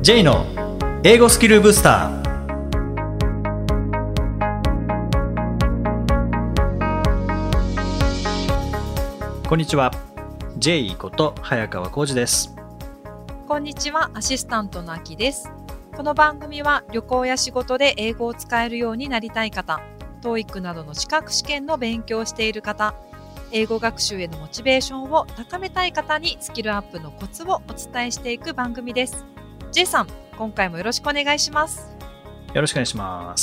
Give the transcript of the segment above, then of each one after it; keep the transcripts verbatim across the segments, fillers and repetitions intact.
J の英語スキルブスター。こんにちは、 J こと早川浩二です。 こんにちは、アシスタントのあきです。この番組は旅行や仕事で英語を使えるようになりたい方、トーイック などの資格試験の勉強をしている方、英語学習へのモチベーションを高めたい方にスキルアップのコツをお伝えしていく番組です。 J さん、今回もよろしくお願いします。 よろしくお願いします。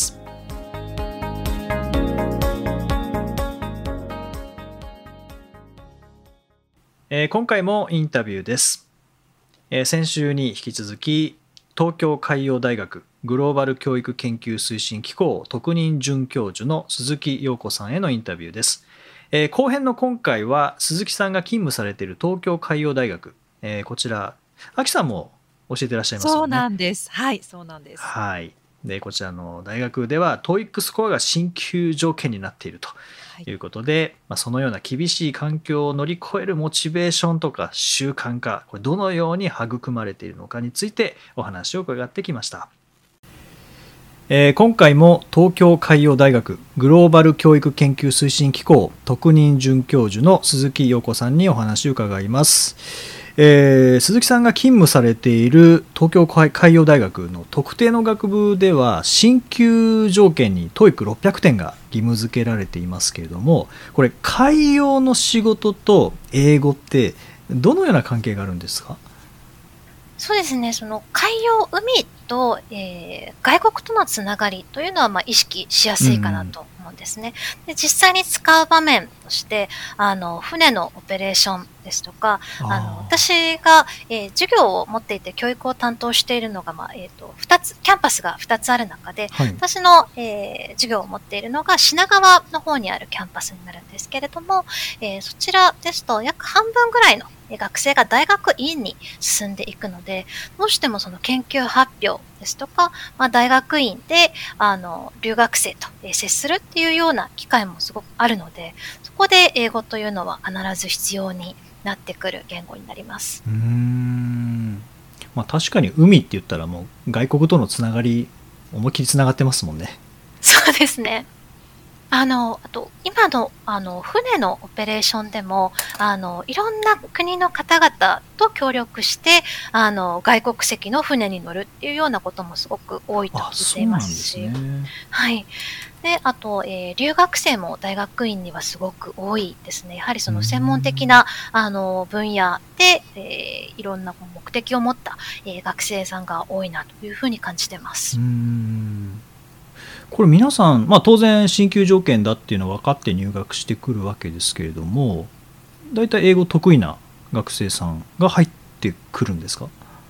えー、今回もインタビューです。えー、先週に引き続き東京海洋大学グローバル教育研究推進機構特任准教授の鈴木陽子さんへのインタビューです。えー、後編の今回は鈴木さんが勤務されている東京海洋大学、えー、こちら秋さんも教えてらっしゃいますよね。 そうなんです。はい、そうなんです。 はい。でこちらの大学では トーイック スコアが進級条件になっているということで、はい、まあ、そのような厳しい環境を乗り越えるモチベーションとか習慣化、これどのように育まれているのかについてお話を伺ってきました。えー、今回も東京海洋大学グローバル教育研究推進機構特任准教授の鈴木陽子さんにお話を伺います。えー、鈴木さんが勤務されている東京海洋大学の特定の学部では進級条件に トーイックろっぴゃくてんが義務付けられていますけれども、これ海洋の仕事と英語ってどのような関係があるんですか？ そうですね、その海洋海と、えー、外国とのつながりというのはまあ意識しやすいかなと思うんですね。で、実際に使う場面としてあの船のオペレーションですとか、あの私が、えー、授業を持っていて教育を担当しているのが、まあえー、とふたつキャンパスがふたつある中で、はい、私の、えー、授業を持っているのが品川の方にあるキャンパスになるんですけれども、えー、そちらですと約半分ぐらいの学生が大学院に進んでいくので、どうしてもその研究発表ですとか、まあ、大学院であの留学生と接するっていうような機会もすごくあるので、そこで英語というのは必ず必要になってくる言語になります。 うーん、まあ、確かに海って言ったらもう外国とのつながり思いっきりつながってますもんね。 そうですね。あの、あと、今の、あの、船のオペレーションでも、あの、いろんな国の方々と協力して、あの、外国籍の船に乗るっていうようなこともすごく多いと聞いていますし。 あ、そうなんですね。 はい。で、あと、えー、留学生も大学院にはすごく多いですね。やはりその専門的な、あの、分野で、えー、いろんな目的を持った、えー、学生さんが多いなというふうに感じてます。 うーん、これ皆さん、まあ、当然進級条件だっていうのは分かって入学してくるわけですけれども、だいたい英語得意な学生さんが入ってくるんですか？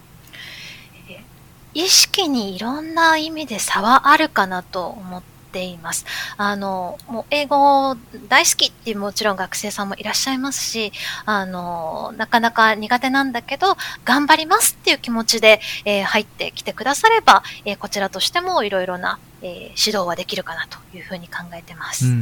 意識にいろんな意味で差はあるかなと思っています。あの、もう英語大好きっていうもちろん学生さんもいらっしゃいますし、あの、なかなか苦手なんだけど頑張りますっていう気持ちで、えー、入ってきてくだされば、えー、こちらとしてもいろいろな、えー、指導はできるかなというふうに考えてます。 うん、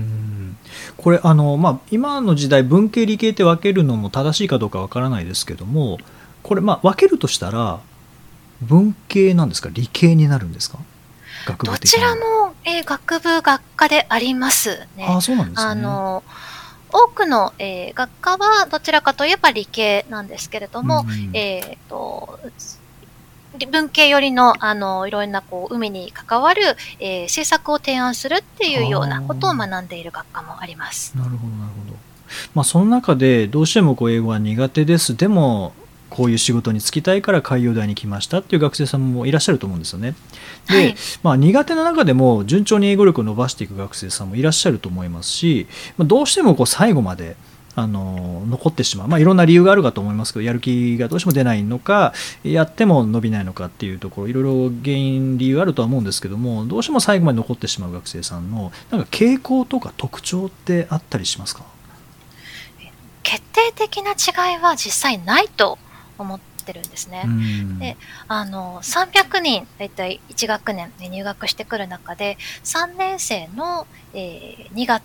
これあの、まあ、今の時代文系理系って分けるのも正しいかどうかわからないですけども、これまあ分けるとしたら文系なんですか、理系になるんですか？学部ど的には。 ちらも、えー、学部学科でありますね。 あ、そうなんですね。 あの多くの、えー、学科はどちらかといえば理系なんですけれども、うん、えー、と文系寄りのあのいろんなこう海に関わる、えー、政策を提案するっていうようなことを学んでいる学科もあります。 なるほどなるほど。まあ、その中でどうしてもこう英語は苦手です、でもこういう仕事に就きたいから海洋大に来ましたっていう学生さんもいらっしゃると思うんですよね。で、はい、まあ、苦手な中でも順調に英語力を伸ばしていく学生さんもいらっしゃると思いますし、まあ、どうしてもこう最後まであの残ってしまう、まあ、いろんな理由があるかと思いますけど、やる気がどうしても出ないのか、やっても伸びないのかっていうところ、いろいろ原因理由あるとは思うんですけども、どうしても最後まで残ってしまう学生さんのなんか傾向とか特徴ってあったりしますか？ 決定的な違いは実際ないと思ってるんですね。で、あのさんびゃくにんだいたいいち学年で入学してくる中で、さんねん生の、えー、にがつ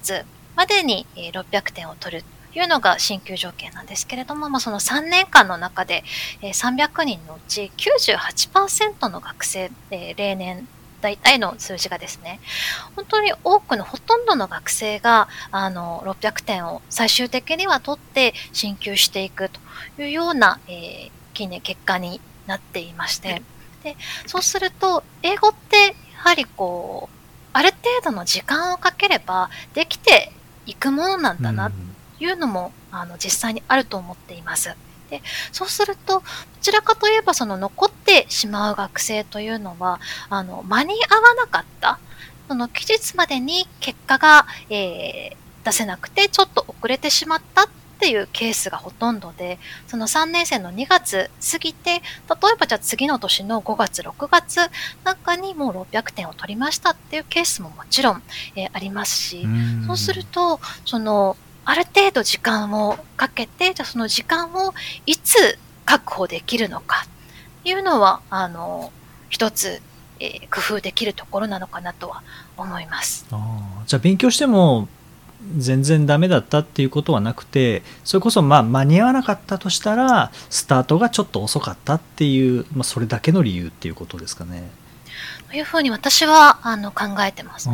までにえーろっぴゃくてんを取るというのが進級条件なんですけれども、まあ、そのさんねんかんの中でえーさんびゃくにんのうち きゅうじゅうはちパーセント の学生、えー例年大体の数字がですね、本当に多くのほとんどの学生があのろっぴゃくてんを最終的には取って進級していくというような、えー近年結果になっていまして、でそうすると英語ってやはりこうある程度の時間をかければできていくものなんだなというのも、うん、あの実際にあると思っています。でそうするとどちらかといえばその残ってしまう学生というのはあの間に合わなかったその期日までに結果が、えー、出せなくてちょっと遅れてしまったっていうケースがほとんどで、そのさんねん生のにがつ過ぎて、例えばじゃあ次の年のごがつろくがつなんかにもうろっぴゃくてんを取りましたっていうケースももちろん、えー、ありますし、そうするとそのある程度時間をかけて、じゃあその時間をいつ確保できるのかっていうのは、あの、一つ、えー、工夫できるところなのかなとは思います。 ああ、じゃあ勉強しても全然ダメだったっていうことはなくて、それこそまあ間に合わなかったとしたら、スタートがちょっと遅かったっていう、まあ、それだけの理由っていうことですかね。 というふうに私はあの考えてます。 うん。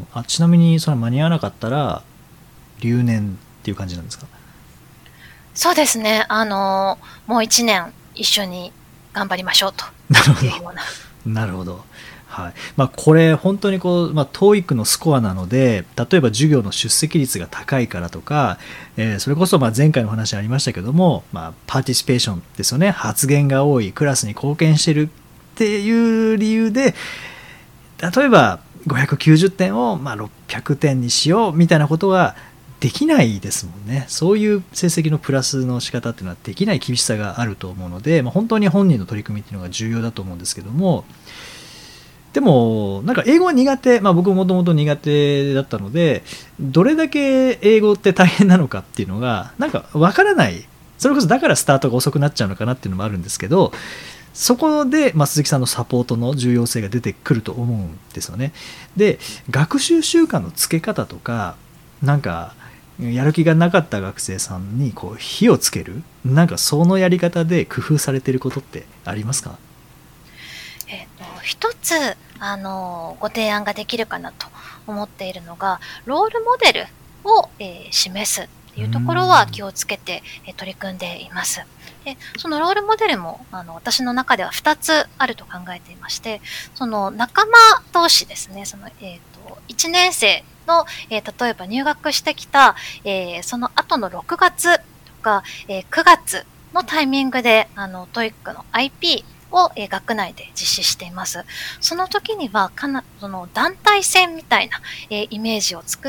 あ、ちなみにその間に合わなかったら、留年っていう感じなんですか？ そうですね。あの、もう一年一緒に頑張りましょうというような。 なるほど。はいまあ、これ本当にこう、まあ、トーイック のスコアなので、例えば授業の出席率が高いからとか、えー、それこそまあ前回の話ありましたけども、まあ、パーティシペーションですよね。発言が多い、クラスに貢献してるっていう理由で、例えばごひゃくきゅうじゅってんをまあろっぴゃくてんにしようみたいなことはできないですもんね。そういう成績のプラスの仕方っていうのはできない厳しさがあると思うので、まあ、本当に本人の取り組みっていうのが重要だと思うんですけども、でもなんか英語は苦手、まあ、僕もともと苦手だったので、どれだけ英語って大変なのかっていうのがなんかわからない。それこそだからスタートが遅くなっちゃうのかなっていうのもあるんですけど、そこで、まあ、鈴木さんのサポートの重要性が出てくると思うんですよね。で、学習習慣のつけ方とか、なんかやる気がなかった学生さんにこう火をつける、なんかそのやり方で工夫されていることってありますか？ えー、と一つあのご提案ができるかなと思っているのが、ロールモデルを、えー、示すっていうところは気をつけて、えー、取り組んでいます。でそのロールモデルもあの私の中ではふたつあると考えていまして、その仲間同士ですね、その、えー、といちねん生の、えー、例えば入学してきた、えー、その後のろくがつとか、えー、くがつのタイミングであの トーイック の アイピーを、えー、学内で実施しています。その時にはかなその団体戦みたいな、えー、イメージを作って、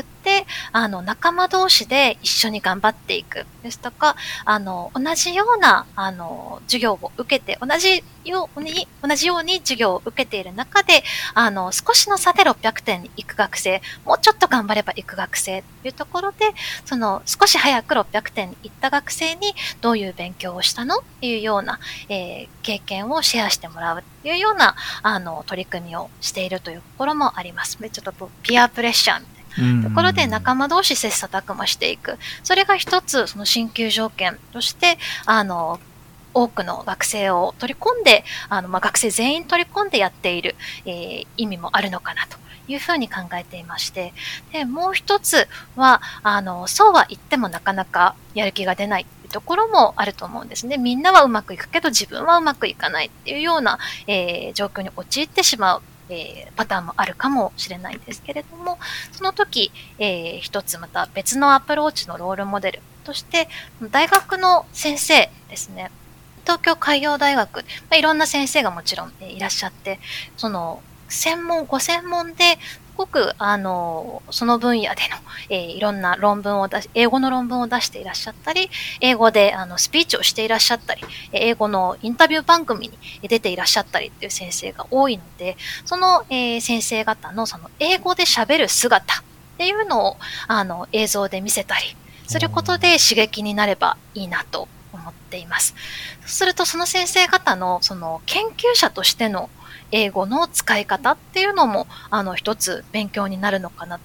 あの仲間同士で一緒に頑張っていくですとか、あの同じようなあの授業を受けて同じように同じように授業を受けている中で、あの少しの差でろっぴゃくてんに行く学生、もうちょっと頑張れば行く学生というところで、その少し早くろっぴゃくてんに行った学生にどういう勉強をしたのっていうような、えー、経験をシェアしてもらうというようなあの取り組みをしているというところもあります。ちょっとピアプレッシャーみたいなところで仲間同士切磋琢磨していく。それが一つその進級条件としてあの多くの学生を取り込んで、あの、まあ、学生全員取り込んでやっている、えー、意味もあるのかなというふうに考えていまして、で、もう一つは、あの、そうは言ってもなかなかやる気が出ないっていうところもあると思うんですね。みんなはうまくいくけど自分はうまくいかないっていうような、えー、状況に陥ってしまう。えー、パターンもあるかもしれないんですけれども、その時、えー、一つまた別のアプローチのロールモデルとして、大学の先生ですね。東京海洋大学、まあ、いろんな先生がもちろん、えー、いらっしゃって、その専門、ご専門で、すごく、あの、その分野での、えー、いろんな論文を出し、英語の論文を出していらっしゃったり、英語であのスピーチをしていらっしゃったり、英語のインタビュー番組に出ていらっしゃったりっていう先生が多いので、その、えー、先生方のその英語で喋る姿っていうのをあの映像で見せたりすることで刺激になればいいなと思っています。そうするとその先生方のその研究者としての英語の使い方っていうのもあの一つ勉強になるのかなと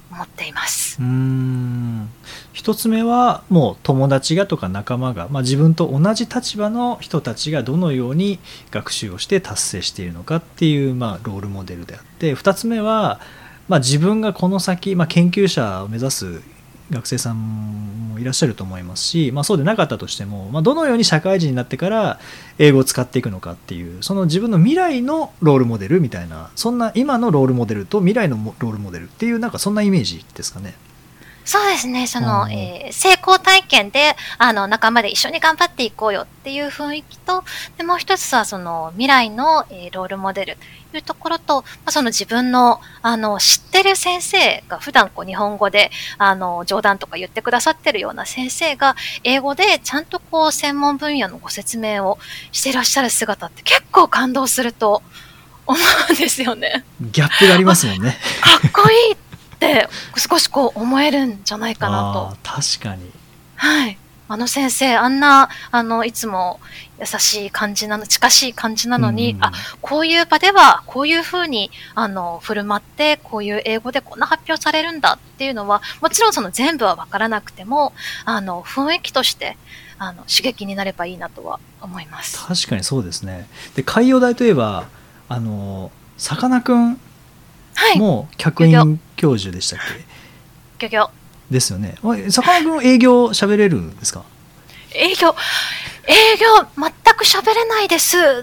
思っています。 うーん一つ目はもう友達がとか仲間が、まあ、自分と同じ立場の人たちがどのように学習をして達成しているのかっていう、まあ、ロールモデルであって、ふたつめは、まあ、自分がこの先、まあ、研究者を目指す学生さんもいらっしゃると思いますし、まあ、そうでなかったとしても、まあ、どのように社会人になってから英語を使っていくのかっていう、その自分の未来のロールモデルみたいな、そんな今のロールモデルと未来のロールモデルっていう、なんかそんなイメージですかね。 そうですね。その、 うんえー成功体験で、あの、仲間で一緒に頑張っていこうよっていう雰囲気と、で、もう一つは、その、未来の、えーロールモデルというところと、まあ、その自分の、あの、知ってる先生が普段こう、日本語で、あの、冗談とか言ってくださってるような先生が、英語でちゃんとこう、専門分野のご説明をしていらっしゃる姿って結構感動すると思うんですよね。 ギャップがありますもんね。 かっこいいって少しこう思えるんじゃないかなと。 あー確かに。 はい。あの先生、あんな、あの、いつも優しい感じなの、近しい感じなのに、 うんあ、こういう場では、こういうふうに、あの、振る舞って、こういう英語でこんな発表されるんだっていうのは、もちろんその全部はわからなくても、あの、雰囲気として、あの、刺激になればいいなとは思います。 確かにそうですね。で海洋大といえばあのさかなクンはい。 も客員教授でしたっけ？ ギョギョ。 ですよね。さかなクン営業喋れるんですか？ 営業、営業、全く喋れないですって、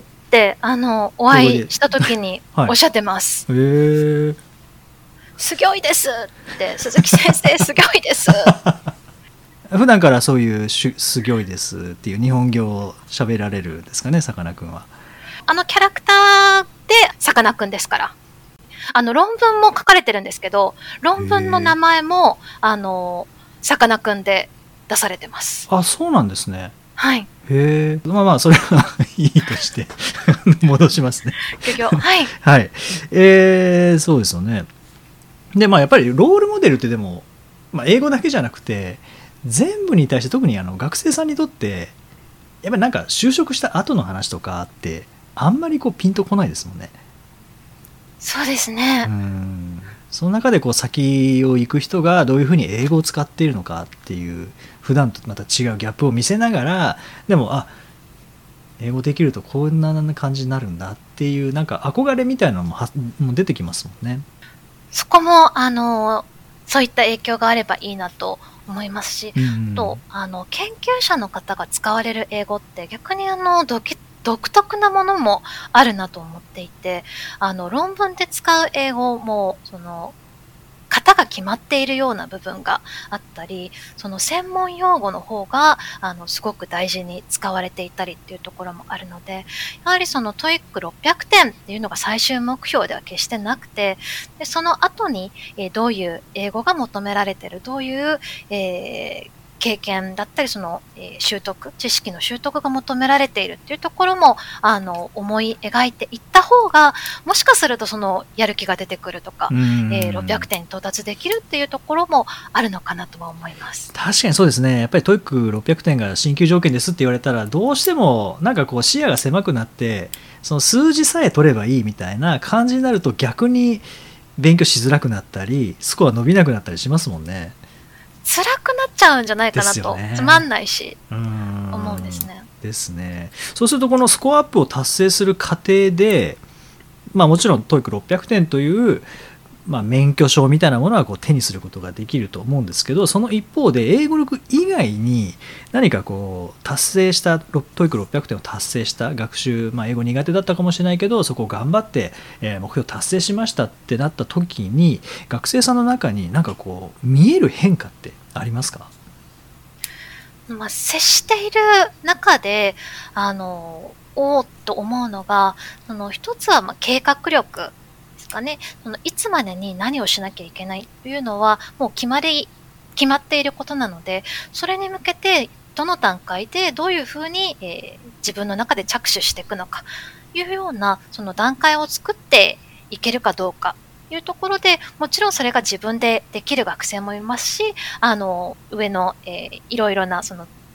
あの、お会いした時にはいおっしゃってます。 へえ。 すぎょいですって、鈴木先生すぎょいです。 普段からそういうしすぎょいですっていう日本語を喋られるんですかね、さかなクンは。 あのキャラクターでさかなクンですから。あの論文も書かれてるんですけど、論文の名前も、あの、さかなクンで出されてます。 あ、そうなんですね。 はい。 へえ。まあまあそれはいいとして戻しますね。 ギョギョ。はい。 はい。えー、そうですよね。でまあやっぱりロールモデルってでも、まあ、英語だけじゃなくて全部に対して、特にあの学生さんにとってやっぱりなんか就職した後の話とかってあんまりこうピンとこないですもんね。 そうですね。 うん。その中でこう先を行く人がどういうふうに英語を使っているのかっていう、普段とまた違うギャップを見せながら、でもあ英語できるとこんな感じになるんだっていう、なんか憧れみたいなのもはもう出てきますもんね。 そこも、あの、そういった影響があればいいなと思いますし、 うんと、あの、研究者の方が使われる英語って逆にあの、独独特なものもあるなと思っていて、あの、論文で使う英語も、その、型が決まっているような部分があったり、その専門用語の方が、あの、すごく大事に使われていたりっていうところもあるので、やはりその トイックろっぴゃくてんっていうのが最終目標では決してなくて、でその後に、えーどういう英語が求められている、どういう、えー経験だったり、その、えー習得、知識の習得が求められているっていうところも、あの、思い描いていった方が、もしかするとその、やる気が出てくるとか、 うんえーろっぴゃくてんに到達できるっていうところもあるのかなとは思います。 確かにそうですね。やっぱりトイックろっぴゃくてんが進級条件ですって言われたら、どうしてもなんかこう視野が狭くなって、その数字さえ取ればいいみたいな感じになると、逆に勉強しづらくなったりスコア伸びなくなったりしますもんね。 辛くなっちゃうんじゃないかなと、 ですよね。 つまんないし、 うーん思うんですね。 ですね。そうするとこのスコアアップを達成する過程で、まあもちろんトイックろっぴゃくてんという、まあ、免許証みたいなものはこう手にすることができると思うんですけど、その一方で英語力以外に何かこう達成したトイックろっぴゃくてんを達成した学習、まあ、英語苦手だったかもしれないけどそこを頑張って、えー目標達成しましたってなった時に、学生さんの中に何かこう見える変化ってありますか？ まあ、接している中で、あの、おーっと思うのが、その一つはまあ計画力ですかね。そのいつまでに何をしなきゃいけないというのは、もう決まり、決まっていることなので、それに向けて、どの段階でどういうふうに、えー自分の中で着手していくのか、いうような、その段階を作っていけるかどうか、いうところで、もちろんそれが自分でできる学生もいますし、あの、上の、えーいろいろな、その、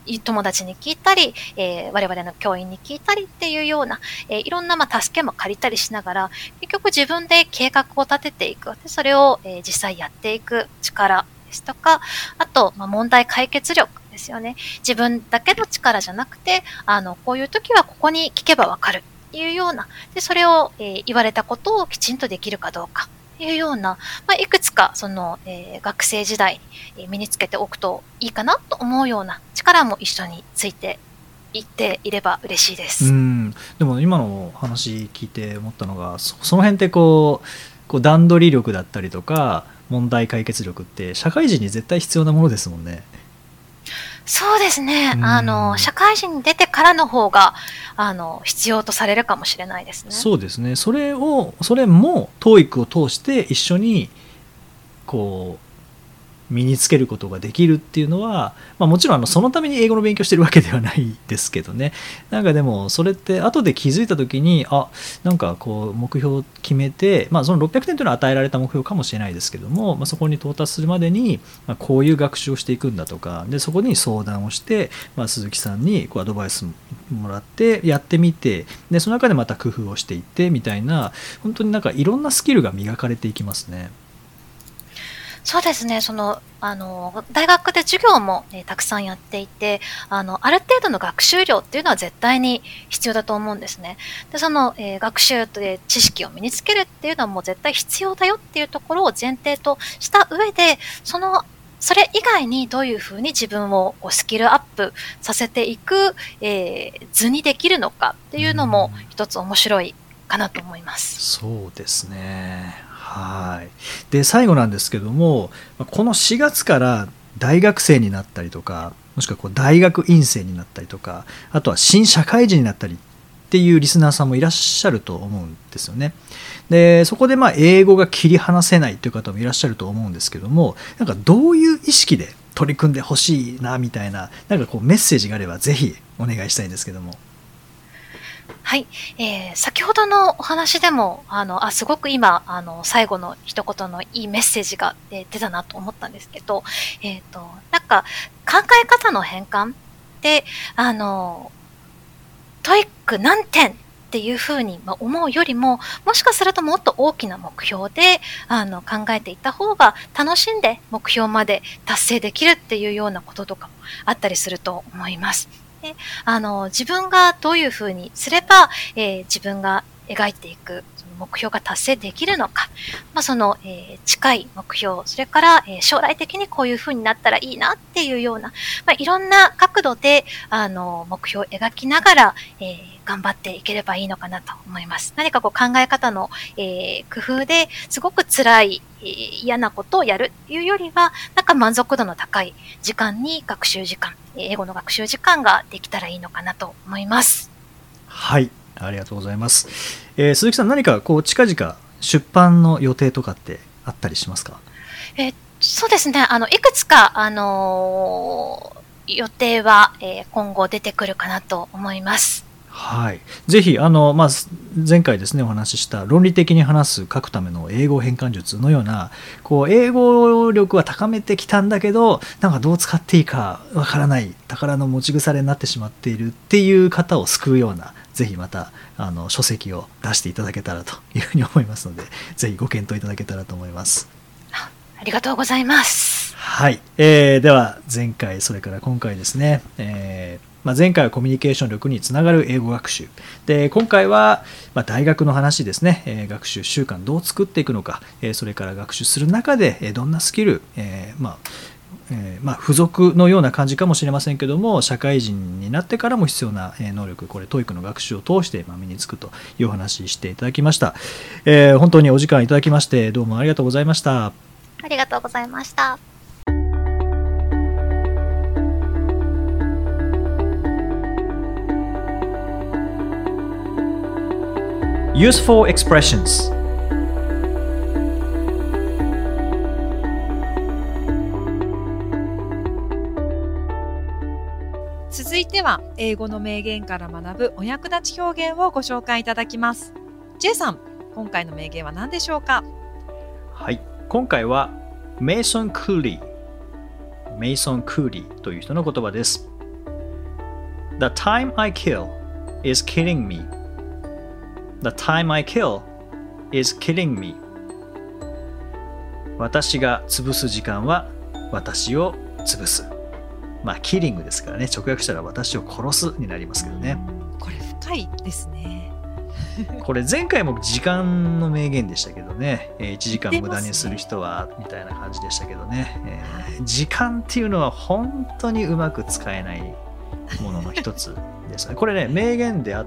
友達に聞いたり、えー、我々の教員に聞いたりっていうような、えー、いろんなまあ助けも借りたりしながら、結局自分で計画を立てていく。でそれを、えー、実際やっていく力ですとか、あと、まあ、問題解決力ですよね。自分だけの力じゃなくて、あの、こういう時はここに聞けばわかるっていうような、で、それを、えー、言われたことをきちんとできるかどうかっていうような、まあ、いくつか、その、えー、学生時代に身につけておくといいかなと思うような力も一緒についていっていれば嬉しいです。 うん、でも今の話聞いて思ったのが、そ, その辺ってこう、こう段取り力だったりとか、問題解決力って社会人に絶対必要なものですもんね。 そうですね。あの、社会人に出てからの方が、あの、必要とされるかもしれないですね。 そうですね。それを、それも トーイック を通して一緒に、こう、身につけることができるっていうのは、まあ、もちろんあのそのために英語の勉強してるわけではないですけどね。なんかでもそれって後で気づいた時に、あ、なんかこう目標を決めて、まあ、そのろっぴゃくてんというのは与えられた目標かもしれないですけども、まあ、そこに到達するまでに、まあ、こういう学習をしていくんだとかで、そこに相談をして、まあ、鈴木さんにこうアドバイスもらってやってみて、でその中でまた工夫をしていってみたいな、本当になんかいろんなスキルが磨かれていきますね。 そうですね。その、あの、大学で授業も、ね、たくさんやっていて、あの、ある程度の学習量っていうのは絶対に必要だと思うんですね。で、その、えー、学習で知識を身につけるっていうのはもう絶対必要だよっていうところを前提とした上で、その、それ以外にどういうふうに自分をこうスキルアップさせていく、えー、図にできるのかっていうのも一つ面白いかなと思います。 そうですね。はい。で最後なんですけども、このしがつから大学生になったりとか、もしくはこう大学院生になったりとか、あとは新社会人になったりっていうリスナーさんもいらっしゃると思うんですよね。でそこでまあ英語が切り離せないという方もいらっしゃると思うんですけども、なんかどういう意識で取り組んでほしいなみたいな、なんかこうメッセージがあればぜひお願いしたいんですけども。 はい、えー、先ほどのお話でもあのあすごく今あの最後の一言のいいメッセージが、えー、出たなと思ったんですけど、えーと、なんか考え方の変換であのトイック何点っていうふうに思うよりも、もしかするともっと大きな目標であの考えていった方が楽しんで目標まで達成できるっていうようなこととかもあったりすると思います。であの自分がどういうふうにすれば、えー、自分が描いていくその目標が達成できるのか、まあ、その、えー、近い目標、それから、えー、将来的にこういうふうになったらいいなっていうような、まあ、いろんな角度であの目標を描きながら、えー、頑張っていければいいのかなと思います。何かこう考え方の、えー、工夫ですごく辛い、えー、嫌なことをやるっていうよりは、なんか満足度の高い時間に学習時間、英語の学習時間ができたらいいのかなと思います。 はい、ありがとうございます。えー、鈴木さん、何かこう近々出版の予定とかってあったりしますか？ えー、そうですね。あのいくつかあのー、予定は、えー、今後出てくるかなと思います。 はい、ぜひあの、まあ、前回ですねお話しした論理的に話す書くための英語変換術のような、こう英語力は高めてきたんだけど、なんかどう使っていいかわからない、宝の持ち腐れになってしまっているっていう方を救うような、ぜひまたあの書籍を出していただけたらというふうに思いますので、ぜひご検討いただけたらと思います。 あ、ありがとうございます。 はい、えー、では前回それから今回ですね、えーまあ、前回はコミュニケーション力につながる英語学習で、今回はまあ大学の話ですね、えー、学習習慣どう作っていくのか、えー、それから学習する中で、えー、どんなスキル、えーまあえーまあ、付属のような感じかもしれませんけども、社会人になってからも必要な能力、これ トーイック の学習を通してまあ身につくというお話していただきました。えー、本当にお時間いただきましてどうもありがとうございました。 ありがとうございました。 Useful expressions。 続いては英語の名言から学ぶお役立ち表現をご紹介いただきます。 J さん、今回の名言は何でしょうか？ はい、今回はメイソン・クーリーメイソン・クーリーという人の言葉です。 The time I kill is killing me. The time I kill is killing me. 私が潰す時間は私を潰す。まあ、キリングですからね。直訳したら私を殺すになりますけどね。 これ深いですね。 これ前回も時間の名言でしたけどね。いちじかん無駄にする人はみたいな感じでしたけどね。えー、時間っていうのは本当にうまく使えないものの一つですね。これね、名言であって、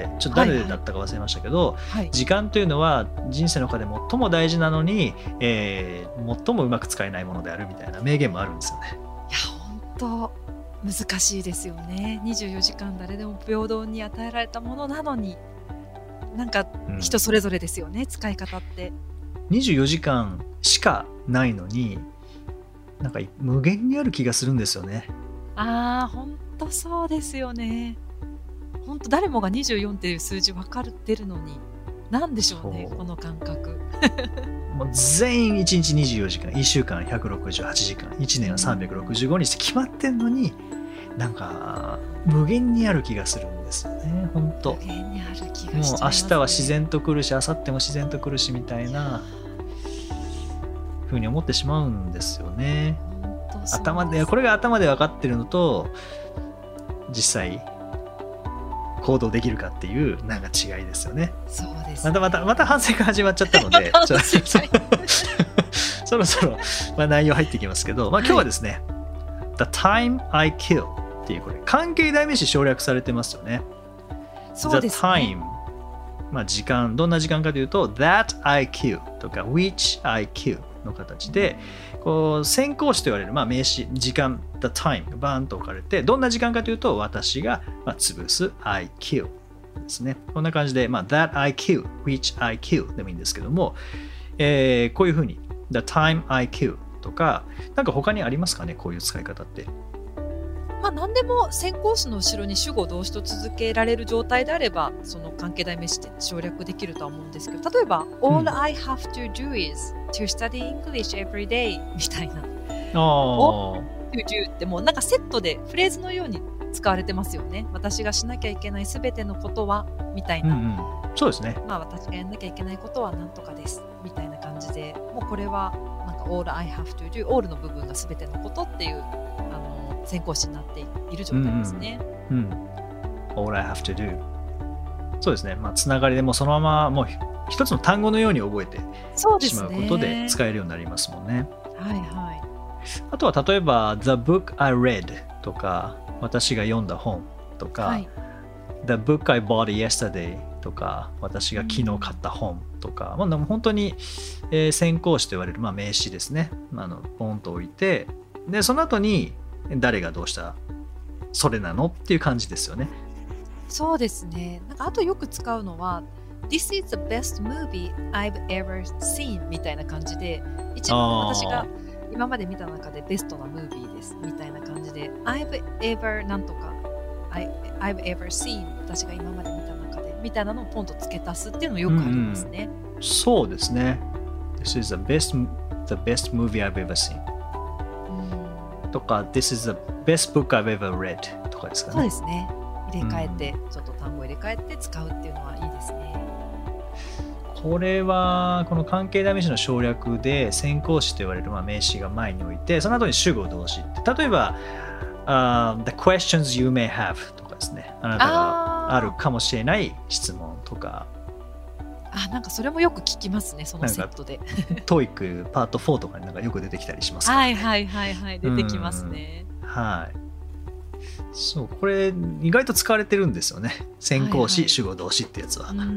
ちょっと誰だったか忘れましたけど、はいはい、時間というのは人生の中で最も大事なのに、えー、最もうまく使えないものであるみたいな名言もあるんですよね。 いや、本当難しいですよね。にじゅうよじかん誰でも平等に与えられたものなのに、なんか人それぞれですよね、うん、使い方って。 にじゅうよじかんしかないのに、なんか無限にある気がするんですよね。 ああ、本当そうですよね。本当誰もがにじゅうよんっていう数字分かってるのに、なんでしょうね、この感覚。 もう全員いちにちにじゅうよじかん、いっしゅうかんひゃくろくじゅうはちじかん、いちねんはさんびゃくろくじゅうごにちって決まってんのに、なんか無限にある気がするんですよね。本当。 無限にある気がしちゃいもうますね。 明日は自然と来るし、明後日も自然と来るしみたいなふうに思ってしまうんですよね。 本当そうです。 頭でこれが頭で分かってるのと実際行動できるかっていうなんか違いですよね。 そうですね。 またまたまた反省が始まっちゃったのでちょそろそろ、まあ、内容入ってきますけど、まあ、今日はですね、はい、The time I kill っていうこれ関係代名詞省略されてますよね。 そうですね。 The time、まあ、時間、どんな時間かというと That I kill とか Which I kill の形でこう先行詞と言われる、まあ、名詞、時間 The time がバーンと置かれて、どんな時間かというと私が、まあ、潰す I kill ですね。こんな感じで、まあ、That I kill Which I kill でもいいんですけども、えー、こういうふうに The time I kill とか、なんか他にありますかね、こういう使い方って。 まあ、何でも先行詞の後ろに主語動詞と続けられる状態であれば、その関係代名詞って省略できるとは思うんですけど、例えば、うん、All I have to do is to study English every day みたいな。All I have to do ってもうなんかセットでフレーズのように使われてますよね。私がしなきゃいけないすべてのことはみたいな、うんうん、 そうですね。 まあ、私がやんなきゃいけないことは何とかですみたいな感じで、もうこれはなんか All I have to do、 All の部分がすべてのことっていうあの先行詞になっている状態ですね。 うんうんうん、All I have to do、 そうですね。まあ、つながりでもそのままもう一つの単語のように覚えてしまうことで使えるようになりますもんね。 はいはい。 あとは例えば The book I read とか、私が読んだ本とか、はい、The book I bought yesterday とか、私が昨日買った本とか、うん、まあ、本当に、えー、先行詞と言われる、まあ、名詞ですね。あのポンと置いて、でその後に誰がどうしたそれなのっていう感じですよね。 そうですね。なんかあとよく使うのは This is the best movie I've ever seen みたいな感じで、一番私が今まで見た中でベストなムービーですみたいな感じで I've ever なんとか I, I've ever seen 私が今まで見た中でみたいなのをポンと付け足すっていうのもよくありますね。 うん、そうですね。 This is the best, the best movie I've ever seen、うん、とか This is the best book I've ever read とかですかね。 そうですね。入れ替えて、うん、ちょっと単語入れ替えて使うっていうのはいいですね。 これはこの関係代名詞の省略で先行詞と言われるまあ名詞が前に置いて、その後に主語動詞って、例えば、uh, The questions you may have とかですね、あなたがあるかもしれない質問とか。 あ、なんかそれもよく聞きますね、そのセットで。 トーイック パートフォーとかになんかよく出てきたりしますからね。 はいはいはいはい、出てきますね。 はい。そう、これ意外と使われてるんですよね。先行詞、はいはい、主語動詞ってやつは。 うん、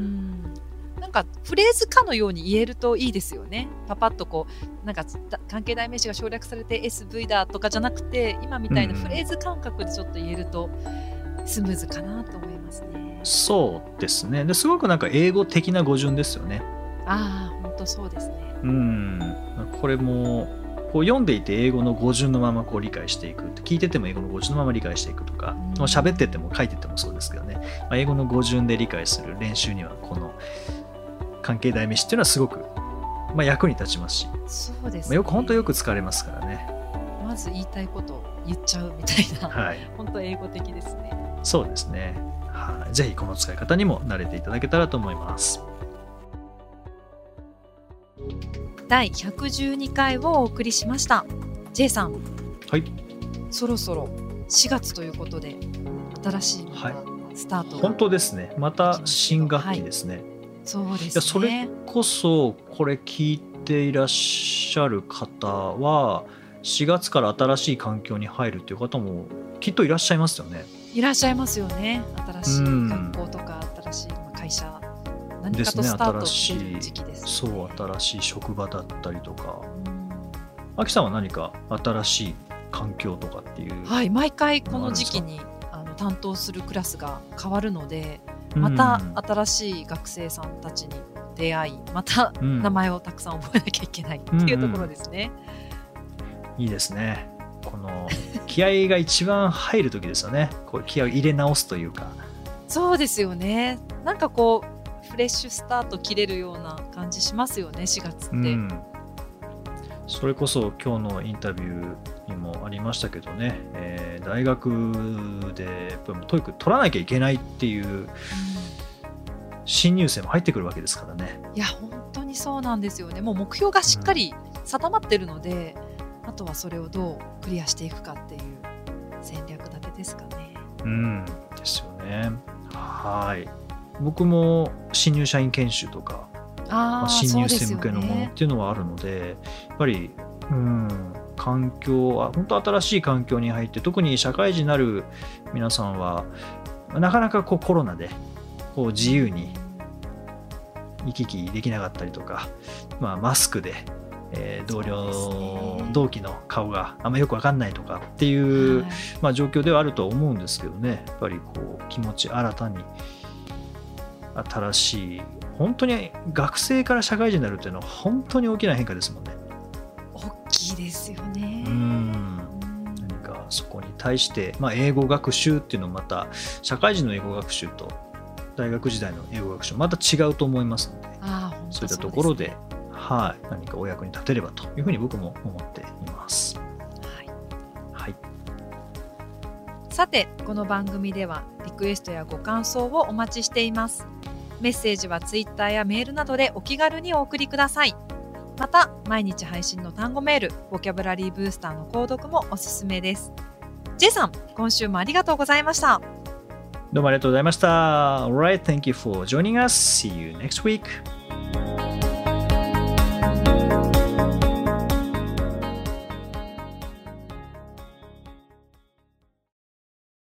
なんかフレーズかのように言えるといいですよね。パパッとこうなんか関係代名詞が省略されて エスブイ だとかじゃなくて、今みたいなフレーズ感覚でちょっと言えるとスムーズかなと思いますね。うん、 そうですね。ですごくなんか英語的な語順ですよね。 ああ、本当そうですね。 うん、これもこう読んでいて英語の語順のままこう理解していく、聞いてても英語の語順のまま理解していくとか、うん、喋ってても書いててもそうですけどね、まあ、英語の語順で理解する練習にはこの関係代名詞っていうのはすごく、まあ、役に立ちますし、 そうですね、 まあ、よく本当よく使われますからね。 まず言いたいことを言っちゃうみたいな、 はい、 本当英語的ですね。 そうですね。はい、ぜひこの使い方にも慣れていただけたらと思います。 だいひゃくじゅうにかいをお送りしました。 J さん、 はい、そろそろしがつということで新しいのがスタート、 はい、本当ですね。また新学期ですね、はい、 そうですね。 いやそれこそこれ聞いていらっしゃる方はしがつから新しい環境に入るという方もきっといらっしゃいますよね。 いらっしゃいますよね。新しい学校とか新しい会社、何かとスタートする時期ですね。 そう、新しい職場だったりとか。あきさんは何か新しい環境とかっていう、 はい、毎回この時期にあの担当するクラスが変わるので、また新しい学生さんたちに出会い、また名前をたくさん覚えなきゃいけないっていうところですね。 うんうん、いいですね。この気合が一番入る時ですよね。こう気合を入れ直すというか。 そうですよね。なんかこうフレッシュスタート切れるような感じしますよね、しがつって。うん、 それこそ今日のインタビューにもありましたけどね、えー、大学でトイック取らなきゃいけないっていう新入生も入ってくるわけですからね。 いや本当にそうなんですよね。もう目標がしっかり定まってるので、うん、あとはそれをどうクリアしていくかっていう戦略立てですかね。 うんですよね。はい。僕も新入社員研修とか、まあ、新入生向けのものっていうのはあるので、ね、やっぱり、うん、環境は本当新しい環境に入って、特に社会人になる皆さんはなかなかこうコロナでこう自由に行き来できなかったりとか、まあ、マスクで、えー、同僚、ね、同期の顔があんまよく分かんないとかっていう、はい、まあ、状況ではあると思うんですけどね。やっぱりこう気持ち新たに新しい、本当に学生から社会人になるっていうのは本当に大きな変化ですもんね。 大きいですよね。 うん、何かそこに対して、まあ、英語学習っていうのもまた社会人の英語学習と大学時代の英語学習また違うと思いますので、 あ、 そういったところで、はい、何かお役に立てればというふうに僕も思っています。 はいはい、 さてこの番組ではリクエストやご感想をお待ちしています。メッセージはツイッターやメールなどでお気軽にお送りください。また毎日配信の単語メール、ボキャブラリーブースターの購読もおすすめです。 J さん、今週もありがとうございました。 どうもありがとうございました。 Alright, thank you for joining us. See you next week.